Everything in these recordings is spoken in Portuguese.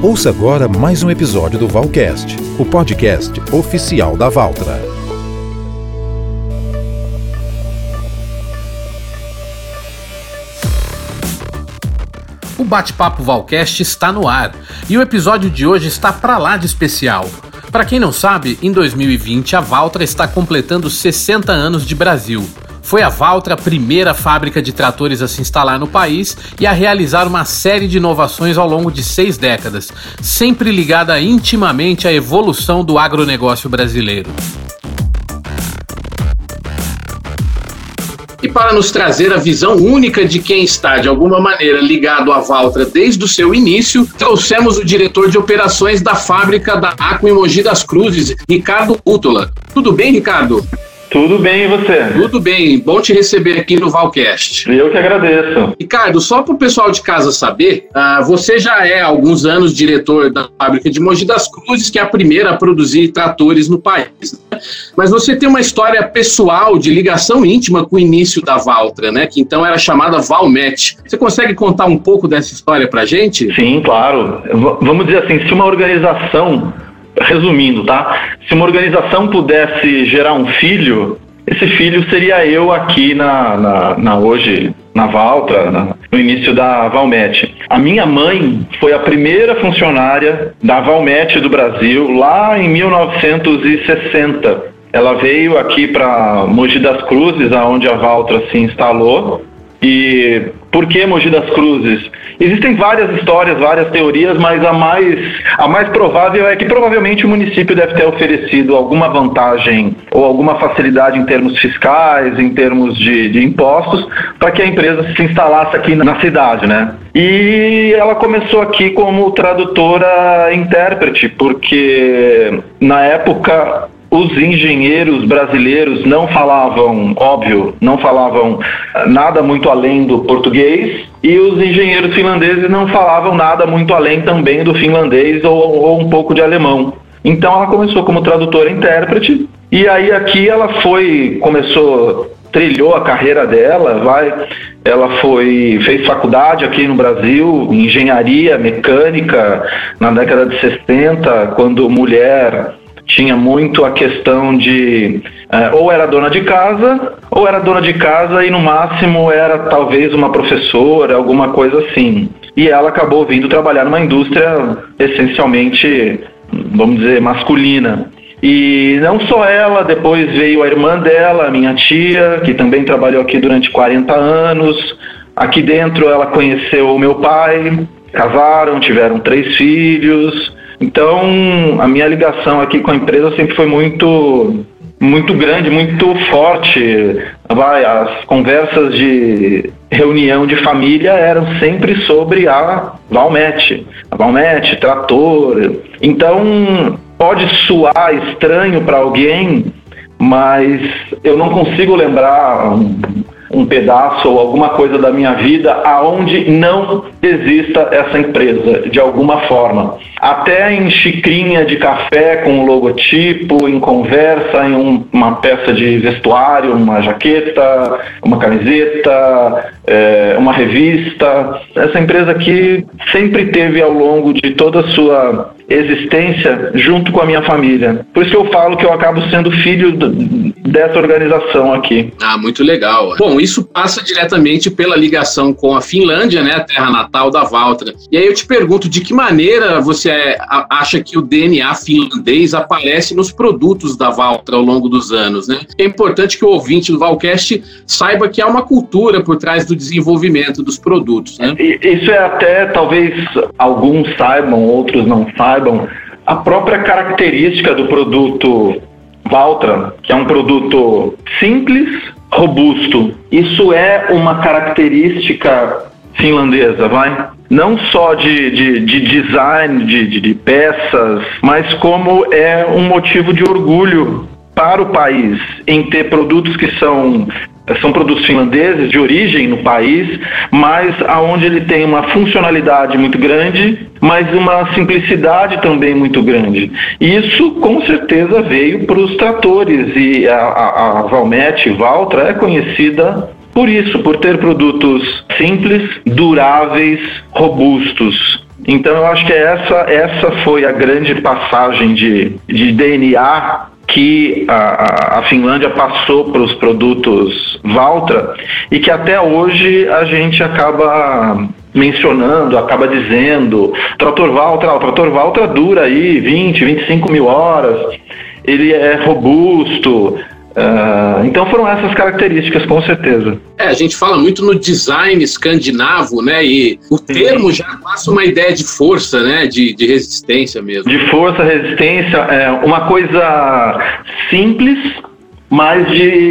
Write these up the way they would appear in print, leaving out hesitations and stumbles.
Ouça agora mais um episódio do Valcast, o podcast oficial da Valtra. O Bate-Papo Valcast está no ar e o episódio de hoje está pra lá de especial. Para quem não sabe, em 2020 a Valtra está completando 60 anos de Brasil. Foi a Valtra a primeira fábrica de tratores a se instalar no país e a realizar uma série de inovações ao longo de 6 décadas, sempre ligada intimamente à evolução do agronegócio brasileiro. E para nos trazer a visão única de quem está, de alguma maneira, ligado à Valtra desde o seu início, trouxemos o diretor de operações da fábrica da Aqua em Mogi das Cruzes, Ricardo Útula. Tudo bem, Ricardo? Tudo bem, e você? Tudo bem, bom te receber aqui no Valcast. Eu que agradeço. Ricardo, só para o pessoal de casa saber, você já é há alguns anos diretor da fábrica de Mogi das Cruzes, que é a primeira a produzir tratores no país, né? Mas você tem uma história pessoal de ligação íntima com o início da Valtra, né? Que então era chamada Valmet. Você consegue contar um pouco dessa história para a gente? Sim, claro. Vamos dizer assim, se uma organização... Resumindo, tá? Se uma organização pudesse gerar um filho, esse filho seria eu aqui hoje na Valtra, no início da Valmet. A minha mãe foi a primeira funcionária da Valmet do Brasil lá em 1960. Ela veio aqui para Mogi das Cruzes, onde a Valtra se instalou. E por que Mogi das Cruzes? Existem várias histórias, várias teorias, mas a mais provável é que provavelmente o município deve ter oferecido alguma vantagem ou alguma facilidade em termos fiscais, em termos de impostos, para que a empresa se instalasse aqui na cidade, né? E ela começou aqui como tradutora intérprete, porque na época... Os engenheiros brasileiros não falavam nada muito além do português, e os engenheiros finlandeses não falavam nada muito além também do finlandês ou um pouco de alemão. Então ela começou como tradutora e intérprete, e aí aqui ela trilhou a carreira dela, ela fez faculdade aqui no Brasil, engenharia mecânica, na década de 60, quando mulher... Tinha muito a questão de ou era dona de casa e no máximo era talvez uma professora, alguma coisa assim. E ela acabou vindo trabalhar numa indústria essencialmente, vamos dizer, masculina. E não só ela, depois veio a irmã dela, a minha tia, que também trabalhou aqui durante 40 anos. Aqui dentro ela conheceu o meu pai, casaram, tiveram 3 filhos... Então, a minha ligação aqui com a empresa sempre foi muito grande, muito forte. As conversas de reunião de família eram sempre sobre a Valmet, trator. Então, pode soar estranho para alguém, mas eu não consigo lembrar um pedaço ou alguma coisa da minha vida aonde não exista essa empresa, de alguma forma. Até em xicrinha de café com um logotipo, em conversa, em uma peça de vestuário, uma jaqueta, uma camiseta, uma revista. Essa empresa aqui sempre teve ao longo de toda a sua existência junto com a minha família. Por isso que eu falo que eu acabo sendo filho dessa organização aqui. Muito legal. Bom, isso passa diretamente pela ligação com a Finlândia, né, a terra natal da Valtra. E aí eu te pergunto, de que maneira você acha que o DNA finlandês aparece nos produtos da Valtra ao longo dos anos, né? É importante que o ouvinte do Valcast saiba que há uma cultura por trás do desenvolvimento dos produtos, né? Isso é até, talvez, alguns saibam, outros não saibam, a própria característica do produto Valtra, que é um produto simples, robusto. Isso é uma característica finlandesa, não só de design, de peças, mas como é um motivo de orgulho para o país em ter produtos que são produtos finlandeses de origem no país, mas aonde ele tem uma funcionalidade muito grande, mas uma simplicidade também muito grande. Isso com certeza veio para os tratores, e a Valmet, Valtra, é conhecida por isso, por ter produtos simples, duráveis, robustos. Então eu acho que essa foi a grande passagem de DNA que a Finlândia passou para os produtos Valtra e que até hoje a gente acaba mencionando, acaba dizendo, o trator Valtra dura aí 20, 25 mil horas, ele é robusto. Então foram essas características, com certeza. A gente fala muito no design escandinavo, né? E o termo já passa uma ideia de força, né? De resistência mesmo. De força, resistência, uma coisa simples, mas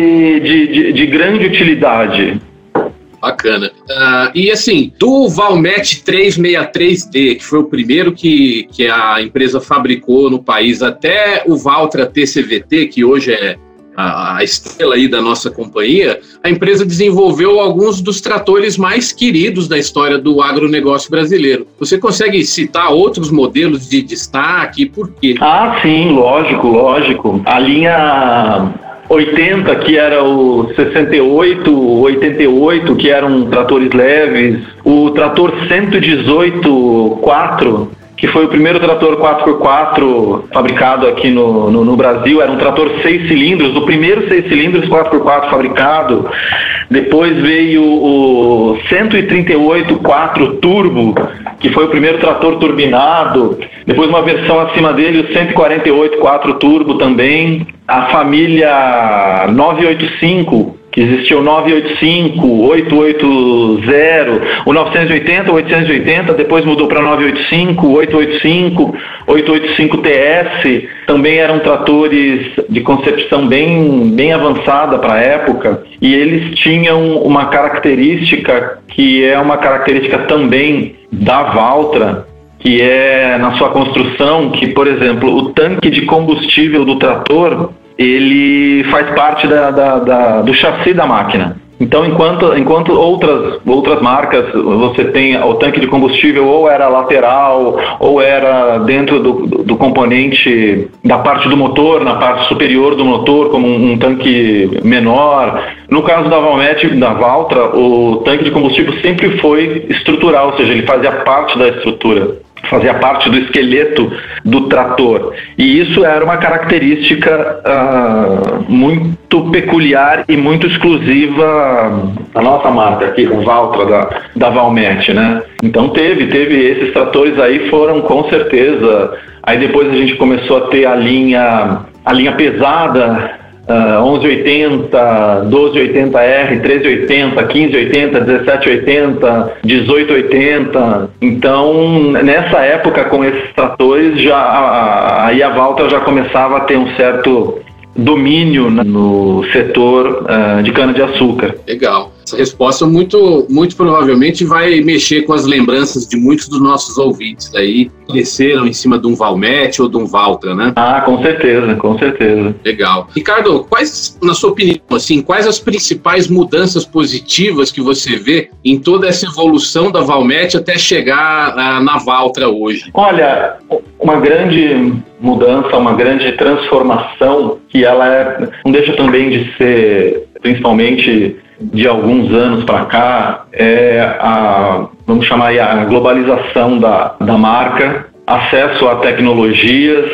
de grande utilidade. Bacana. E assim, do Valmet 363D, que foi o primeiro que a empresa fabricou no país, até o Valtra TCVT, que hoje é a estrela aí da nossa companhia, a empresa desenvolveu alguns dos tratores mais queridos da história do agronegócio brasileiro. Você consegue citar outros modelos de destaque e por quê? Sim, lógico. A linha 80, que era o 68, 88, que eram tratores leves, o trator 118 4, que foi o primeiro trator 4x4 fabricado aqui no Brasil, era um trator 6 cilindros, o primeiro 6 cilindros 4x4 fabricado. Depois veio o 138 4 Turbo, que foi o primeiro trator turbinado. Depois uma versão acima dele, o 148 4 Turbo também. A família 985, que existia o 985, 880, o 980, 880, depois mudou para 985, 885, 885 TS, também eram tratores de concepção bem avançada para a época, e eles tinham uma característica que é uma característica também da Valtra, que é na sua construção, que, por exemplo, o tanque de combustível do trator, ele faz parte do chassi da máquina. Então, enquanto outras marcas, você tem o tanque de combustível ou era lateral, ou era dentro do componente da parte do motor, na parte superior do motor, como um tanque menor. No caso da Valmet, da Valtra, o tanque de combustível sempre foi estrutural, ou seja, ele fazia parte da estrutura, fazia parte do esqueleto do trator. E isso era uma característica muito peculiar e muito exclusiva da nossa marca aqui, o Valtra da Valmet, né? Então teve esses tratores aí, foram com certeza. Aí depois a gente começou a ter a linha pesada, 1180, 1280R, 1380, 1580, 1780, 1880. Então, nessa época, com esses tratores, aí a Valtra já começava a ter um certo domínio no setor de cana-de-açúcar. Legal. Essa resposta muito provavelmente vai mexer com as lembranças de muitos dos nossos ouvintes aí, que cresceram em cima de um Valmet ou de um Valtra, né? Com certeza, com certeza. Legal. Ricardo, quais, na sua opinião, quais as principais mudanças positivas que você vê em toda essa evolução da Valmet até chegar na Valtra hoje? Olha, uma grande mudança, uma grande transformação, que ela não deixa também de ser, principalmente de alguns anos para cá, vamos chamar aí, a globalização da marca, acesso a tecnologias,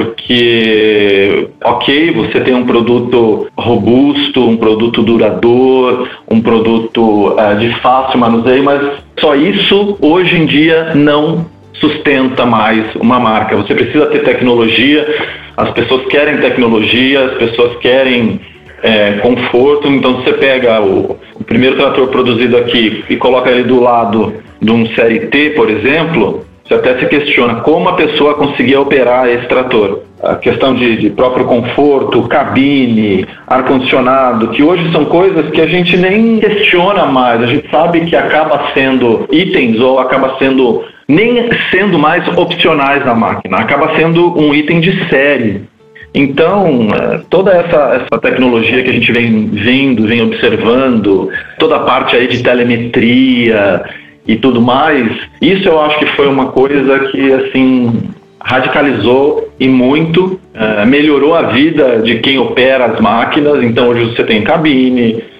porque, você tem um produto robusto, um produto duradouro, um produto de fácil manuseio, mas só isso hoje em dia não sustenta mais uma marca. Você precisa ter tecnologia, as pessoas querem tecnologia, as pessoas querem conforto. Então você pega o primeiro trator produzido aqui e coloca ele do lado de um Série T, por exemplo, você até se questiona como a pessoa conseguia operar esse trator. A questão de próprio conforto, cabine, ar-condicionado, que hoje são coisas que a gente nem questiona mais, a gente sabe que acaba sendo itens ou acaba sendo nem sendo mais opcionais na máquina, acaba sendo um item de série. Então, toda essa tecnologia que a gente vem observando, toda a parte aí de telemetria e tudo mais, isso eu acho que foi uma coisa que, assim, radicalizou e muito, melhorou a vida de quem opera as máquinas. Então, hoje você tem cabine,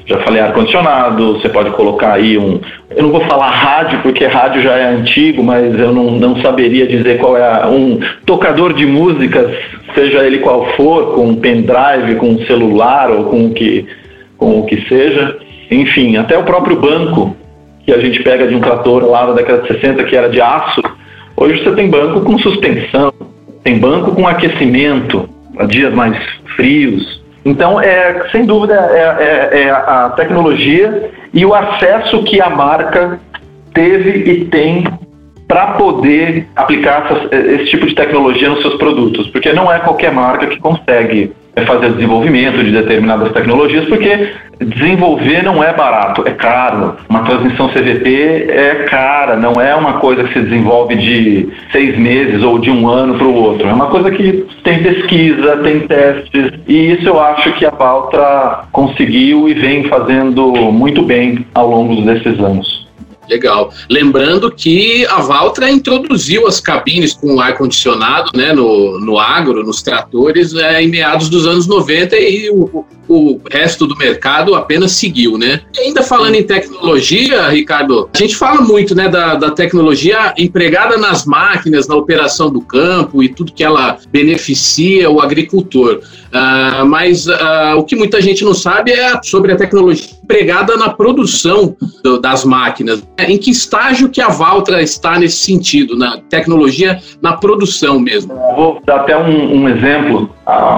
já falei ar-condicionado, você pode colocar aí eu não vou falar rádio, porque rádio já é antigo, mas eu não saberia dizer qual é um tocador de músicas, seja ele qual for, com pendrive, com celular ou com o que seja. Enfim, até o próprio banco que a gente pega de um trator lá da década de 60, que era de aço, hoje você tem banco com suspensão, tem banco com aquecimento, para dias mais frios. Então, sem dúvida, é a tecnologia e o acesso que a marca teve e tem para poder aplicar esse tipo de tecnologia nos seus produtos. Porque não é qualquer marca que consegue fazer o desenvolvimento de determinadas tecnologias, porque desenvolver não é barato, é caro. Uma transmissão CVT é cara, não é uma coisa que se desenvolve de 6 meses ou de um ano para o outro. É uma coisa que tem pesquisa, tem testes, e isso eu acho que a Valtra conseguiu e vem fazendo muito bem ao longo desses anos. Legal. Lembrando que a Valtra introduziu as cabines com ar-condicionado, né, no agro, nos tratores, em meados dos anos 90, e o resto do mercado apenas seguiu, né? E ainda falando em tecnologia, Ricardo, a gente fala muito, né, da tecnologia empregada nas máquinas, na operação do campo e tudo que ela beneficia o agricultor. Mas o que muita gente não sabe é sobre a tecnologia empregada na produção das máquinas. Em que estágio que a Valtra está nesse sentido, na tecnologia, na produção mesmo? Vou dar até um exemplo.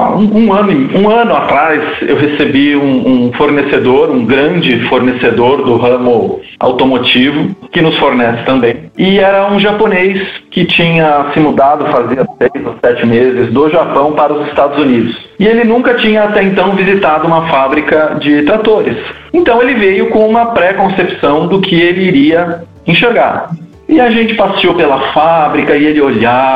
Um ano atrás, eu recebi um fornecedor, um grande fornecedor do ramo automotivo, que nos fornece também. E era um japonês que tinha se mudado fazia 6 ou 7 meses do Japão para os Estados Unidos. E ele nunca tinha até então visitado uma fábrica de tratores. Então ele veio com uma pré-concepção do que ele iria enxergar. E a gente passeou pela fábrica e ele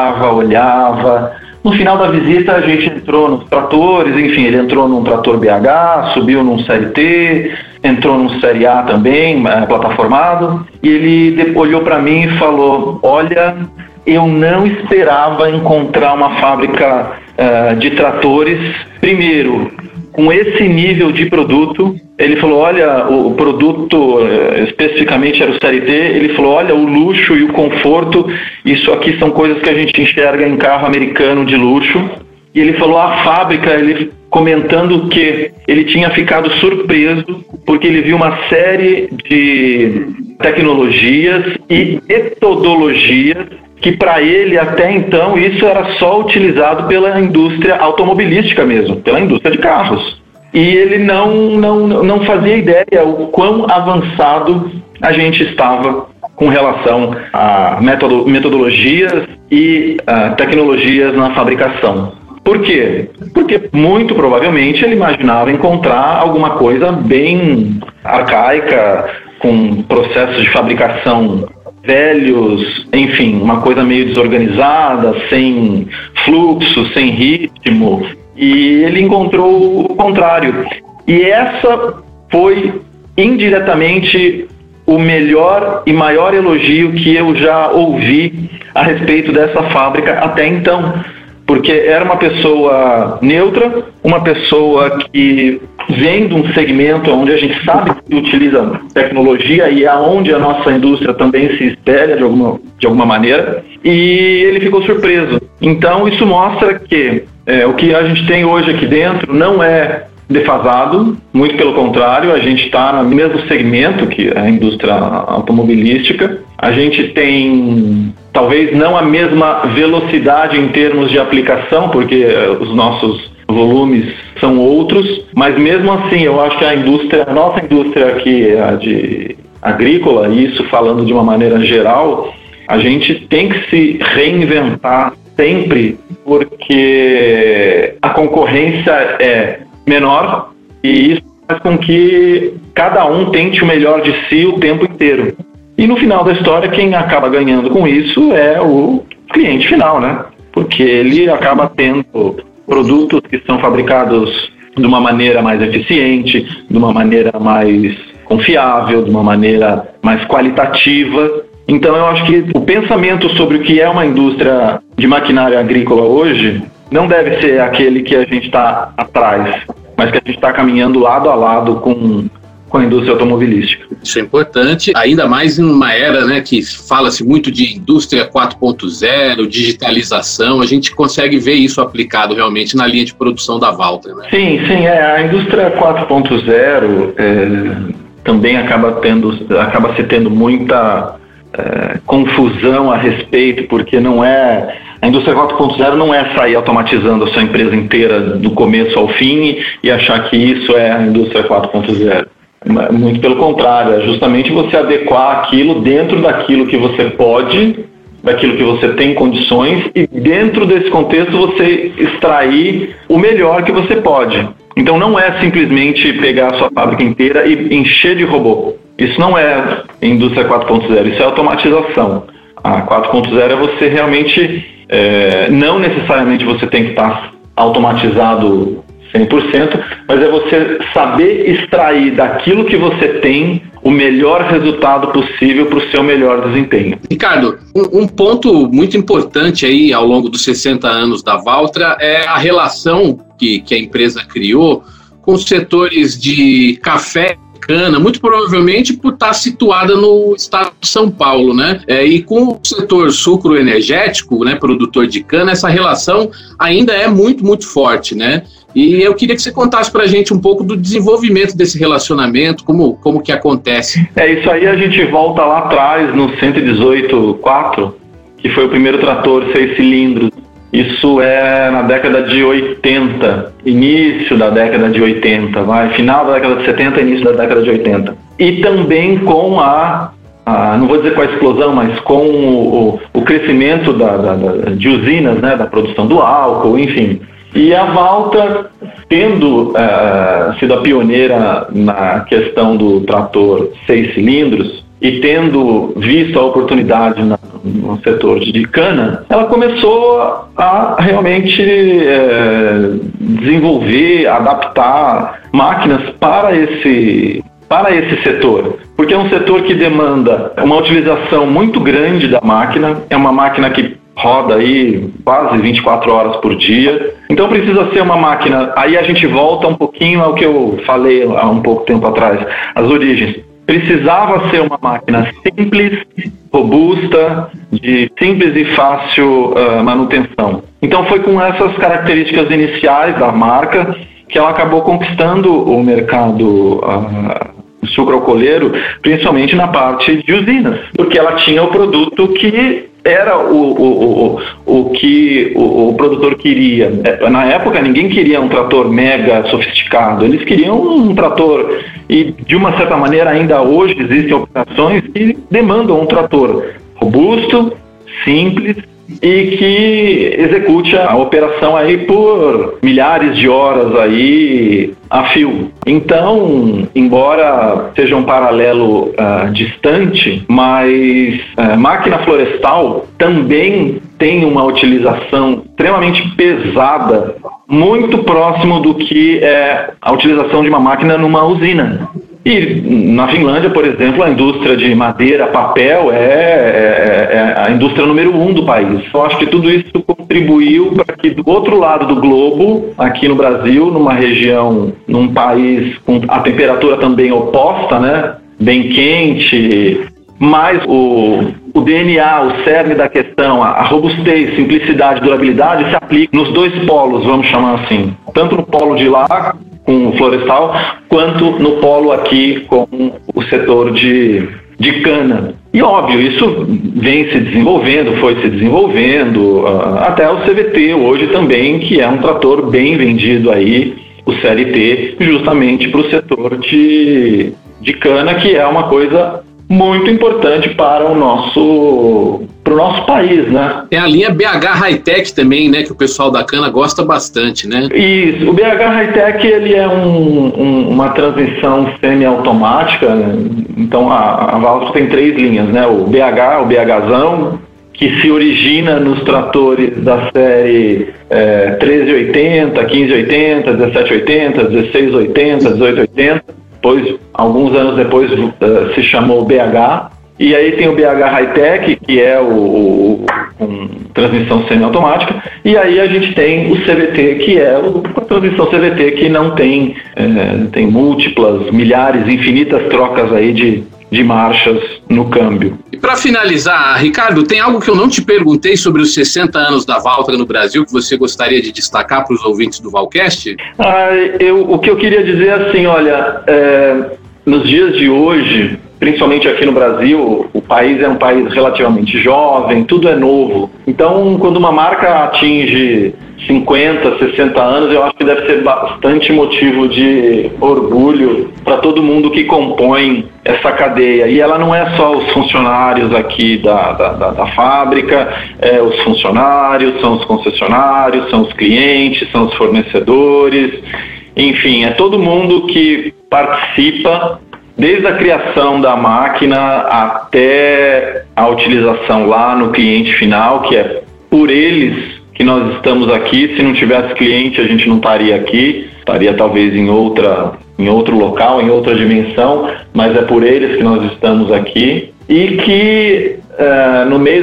olhava. No final da visita a gente entrou nos tratores, enfim, ele entrou num trator BH, subiu num Série T, entrou num Série A também, plataformado, e ele olhou para mim e falou: olha, eu não esperava encontrar uma fábrica de tratores, primeiro, com esse nível de produto. Ele falou: olha, o produto especificamente era o Série T, ele falou: olha, o luxo e o conforto, isso aqui são coisas que a gente enxerga em carro americano de luxo. E ele falou: a fábrica, ele comentando que ele tinha ficado surpreso porque ele viu uma série de tecnologias e metodologias que para ele até então isso era só utilizado pela indústria automobilística mesmo, pela indústria de carros. E ele não fazia ideia o quão avançado a gente estava com relação a metodologias e tecnologias na fabricação. Por quê? Porque muito provavelmente ele imaginava encontrar alguma coisa bem arcaica, com processos de fabricação velhos, enfim, uma coisa meio desorganizada, sem fluxo, sem ritmo. E ele encontrou o contrário. E essa foi indiretamente o melhor e maior elogio que eu já ouvi a respeito dessa fábrica até então. Porque era uma pessoa neutra, uma pessoa que vem de um segmento onde a gente sabe que utiliza tecnologia e aonde a nossa indústria também se espelha de alguma maneira, e ele ficou surpreso. Então isso mostra que o que a gente tem hoje aqui dentro não é defasado, muito pelo contrário, a gente está no mesmo segmento que a indústria automobilística. A gente tem talvez não a mesma velocidade em termos de aplicação, porque os nossos volumes são outros, mas mesmo assim eu acho que a nossa indústria aqui, a de agrícola, isso falando de uma maneira geral, a gente tem que se reinventar sempre, porque a concorrência é menor e isso faz com que cada um tente o melhor de si o tempo inteiro. E no final da história, quem acaba ganhando com isso é o cliente final, né? Porque ele acaba tendo produtos que são fabricados de uma maneira mais eficiente, de uma maneira mais confiável, de uma maneira mais qualitativa. Então eu acho que o pensamento sobre o que é uma indústria de maquinária agrícola hoje não deve ser aquele que a gente está atrás, mas que a gente está caminhando lado a lado com com a indústria automobilística. Isso é importante, ainda mais em uma era, né, que fala-se muito de indústria 4.0, digitalização, a gente consegue ver isso aplicado realmente na linha de produção da Valtra, né? Sim, a indústria 4.0 também acaba se tendo muita confusão a respeito, porque a indústria 4.0 não é sair automatizando a sua empresa inteira do começo ao fim e achar que isso é a indústria 4.0. Muito pelo contrário, é justamente você adequar aquilo dentro daquilo que você pode, daquilo que você tem condições, e dentro desse contexto você extrair o melhor que você pode. Então não é simplesmente pegar a sua fábrica inteira e encher de robô. Isso não é indústria 4.0, isso é automatização. A 4.0 é você realmente, não necessariamente você tem que estar automatizado 100%, mas é você saber extrair daquilo que você tem o melhor resultado possível para o seu melhor desempenho. Ricardo, um ponto muito importante aí ao longo dos 60 anos da Valtra é a relação que a empresa criou com os setores de café e cana, muito provavelmente por estar situada no estado de São Paulo, né? E com o setor sucroenergético, né, produtor de cana, essa relação ainda é muito, muito forte, né? E eu queria que você contasse para a gente um pouco do desenvolvimento desse relacionamento, como que acontece. Isso aí a gente volta lá atrás, no 118.4, que foi o primeiro trator 6 cilindros. Isso é na década de 80, início da década de 80, final da década de 70, início da década de 80. E também com não vou dizer com a explosão, mas com o crescimento de usinas, né, da produção do álcool, enfim. E a Valtra, tendo sido a pioneira na questão do trator 6 cilindros e tendo visto a oportunidade no setor de cana, ela começou a realmente desenvolver, adaptar máquinas para esse setor. Porque é um setor que demanda uma utilização muito grande da máquina, é uma máquina que roda aí quase 24 horas por dia. Então precisa ser uma máquina, aí a gente volta um pouquinho ao que eu falei há um pouco tempo atrás, as origens. Precisava ser uma máquina simples, robusta, de simples e fácil manutenção. Então foi com essas características iniciais da marca que ela acabou conquistando o mercado sucroalcooleiro, principalmente na parte de usinas, porque ela tinha o produto que era o que o produtor queria. Na época ninguém queria um trator mega sofisticado, eles queriam um trator, e de uma certa maneira ainda hoje existem operações que demandam um trator robusto, simples e que execute a operação aí por milhares de horas aí a fio. Então, embora seja um paralelo distante, mas máquina florestal também tem uma utilização extremamente pesada, muito próximo do que é a utilização de uma máquina numa usina. E na Finlândia, por exemplo, a indústria de madeira, papel é a indústria número 1 do país. Eu acho que tudo isso contribuiu para que do outro lado do globo, aqui no Brasil, numa região, num país com a temperatura também oposta, né, bem quente, mas o DNA, o cerne da questão, a robustez, simplicidade, durabilidade se aplica nos dois polos, vamos chamar assim, tanto no polo de lá, com o florestal, quanto no polo aqui com o setor de cana. E óbvio, isso vem se desenvolvendo, foi se desenvolvendo, até o CVT hoje também, que é um trator bem vendido aí, o CLT, justamente para o setor de cana, que é uma coisa muito importante para o nosso país, né? Tem a linha BH Hightech também, né? Que o pessoal da cana gosta bastante, né? Isso. O BH Hightech, ele é uma transmissão semi-automática, né? Então a Valtra tem 3 linhas, né? O BHzão, que se origina nos tratores da série 1380, 1580, 1780, 1680, 1880. Depois, alguns anos depois, se chamou BH. E aí tem o BH Hightech, que é com transmissão semiautomática, e aí a gente tem o CVT, que é a transmissão CVT, que não tem múltiplas, milhares, infinitas trocas aí de marchas no câmbio. E para finalizar, Ricardo, tem algo que eu não te perguntei sobre os 60 anos da Valtra no Brasil que você gostaria de destacar para os ouvintes do Valcast? O que eu queria dizer é assim, olha, nos dias de hoje, principalmente aqui no Brasil, o país é um país relativamente jovem, tudo é novo. Então, quando uma marca atinge 50, 60 anos, eu acho que deve ser bastante motivo de orgulho para todo mundo que compõe essa cadeia. E ela não é só os funcionários aqui da fábrica, os funcionários, são os concessionários, são os clientes, são os fornecedores, enfim, é todo mundo que participa desde a criação da máquina até a utilização lá no cliente final, que é por eles que nós estamos aqui. Se não tivesse cliente, a gente não estaria aqui, estaria talvez em outro local, em outra dimensão, mas é por eles que nós estamos aqui. E que no meio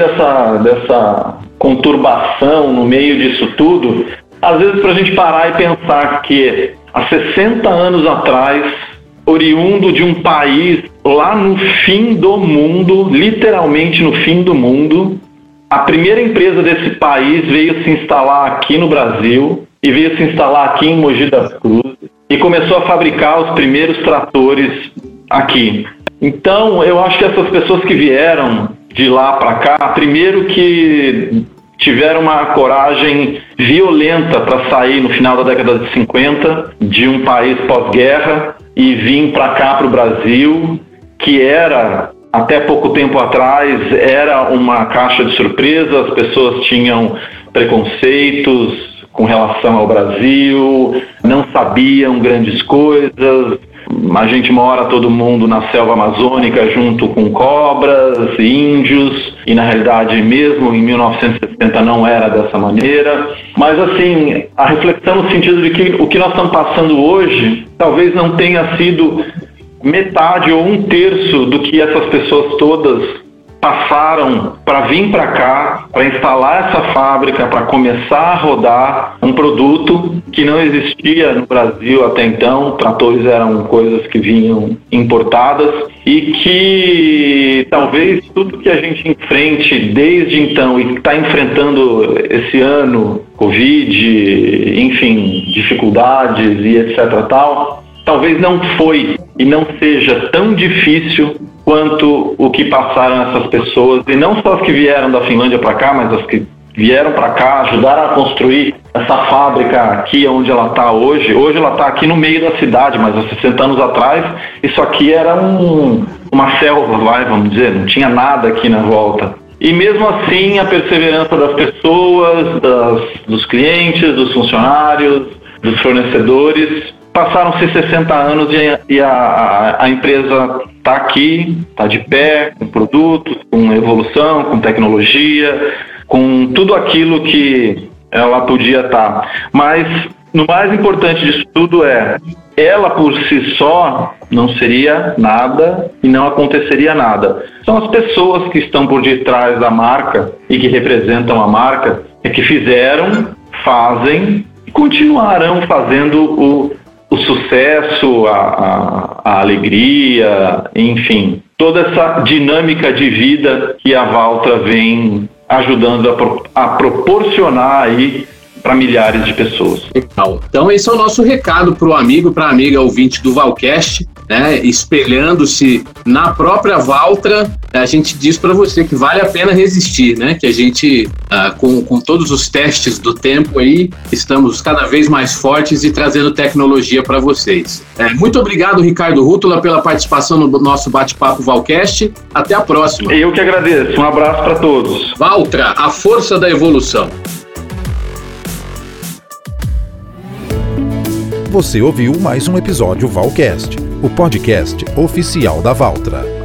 dessa conturbação, no meio disso tudo, às vezes para a gente parar e pensar que há 60 anos atrás, oriundo de um país lá no fim do mundo, literalmente no fim do mundo, a primeira empresa desse país veio se instalar aqui no Brasil e veio se instalar aqui em Mogi das Cruzes e começou a fabricar os primeiros tratores aqui. Então, eu acho que essas pessoas que vieram de lá para cá, primeiro que tiveram uma coragem violenta para sair no final da década de 50 de um país pós-guerra e vir para cá, para o Brasil, que era, até pouco tempo atrás, era uma caixa de surpresa. As pessoas tinham preconceitos com relação ao Brasil, não sabiam grandes coisas. A gente mora todo mundo na selva amazônica junto com cobras, índios, e na realidade mesmo em 1960 não era dessa maneira. Mas assim, a reflexão no sentido de que o que nós estamos passando hoje talvez não tenha sido metade ou um terço do que essas pessoas todas passaram para vir para cá, para instalar essa fábrica, para começar a rodar um produto que não existia no Brasil até então. Tratores eram coisas que vinham importadas e que talvez tudo que a gente enfrente desde então e que está enfrentando esse ano, Covid, enfim, dificuldades e etc. talvez não foi e não seja tão difícil quanto o que passaram essas pessoas, e não só as que vieram da Finlândia para cá, mas as que vieram para cá, ajudaram a construir essa fábrica aqui onde ela está hoje. Hoje ela está aqui no meio da cidade, mas há 60 anos atrás isso aqui era uma selva, vamos dizer, não tinha nada aqui na volta. E mesmo assim a perseverança das pessoas, dos clientes, dos funcionários, dos fornecedores. Passaram-se 60 anos e a empresa está aqui, está de pé, com produtos, com evolução, com tecnologia, com tudo aquilo que ela podia estar. Mas o mais importante disso tudo ela por si só não seria nada e não aconteceria nada. São as pessoas que estão por detrás da marca e que representam a marca, que fizeram, fazem e continuarão fazendo o sucesso, a alegria, enfim, toda essa dinâmica de vida que a Valtra vem ajudando a proporcionar aí para milhares de pessoas. Então esse é o nosso recado para o amigo, para a amiga ouvinte do Valcast, né? Espelhando-se na própria Valtra, a gente diz para você que vale a pena resistir, né? Que a gente, com todos os testes do tempo aí, estamos cada vez mais fortes e trazendo tecnologia para vocês. Muito obrigado, Ricardo Rútula, pela participação no nosso bate-papo Valcast. Até a próxima. Eu que agradeço. Um abraço para todos. Valtra, a força da evolução. Você ouviu mais um episódio Valcast, o podcast oficial da Valtra.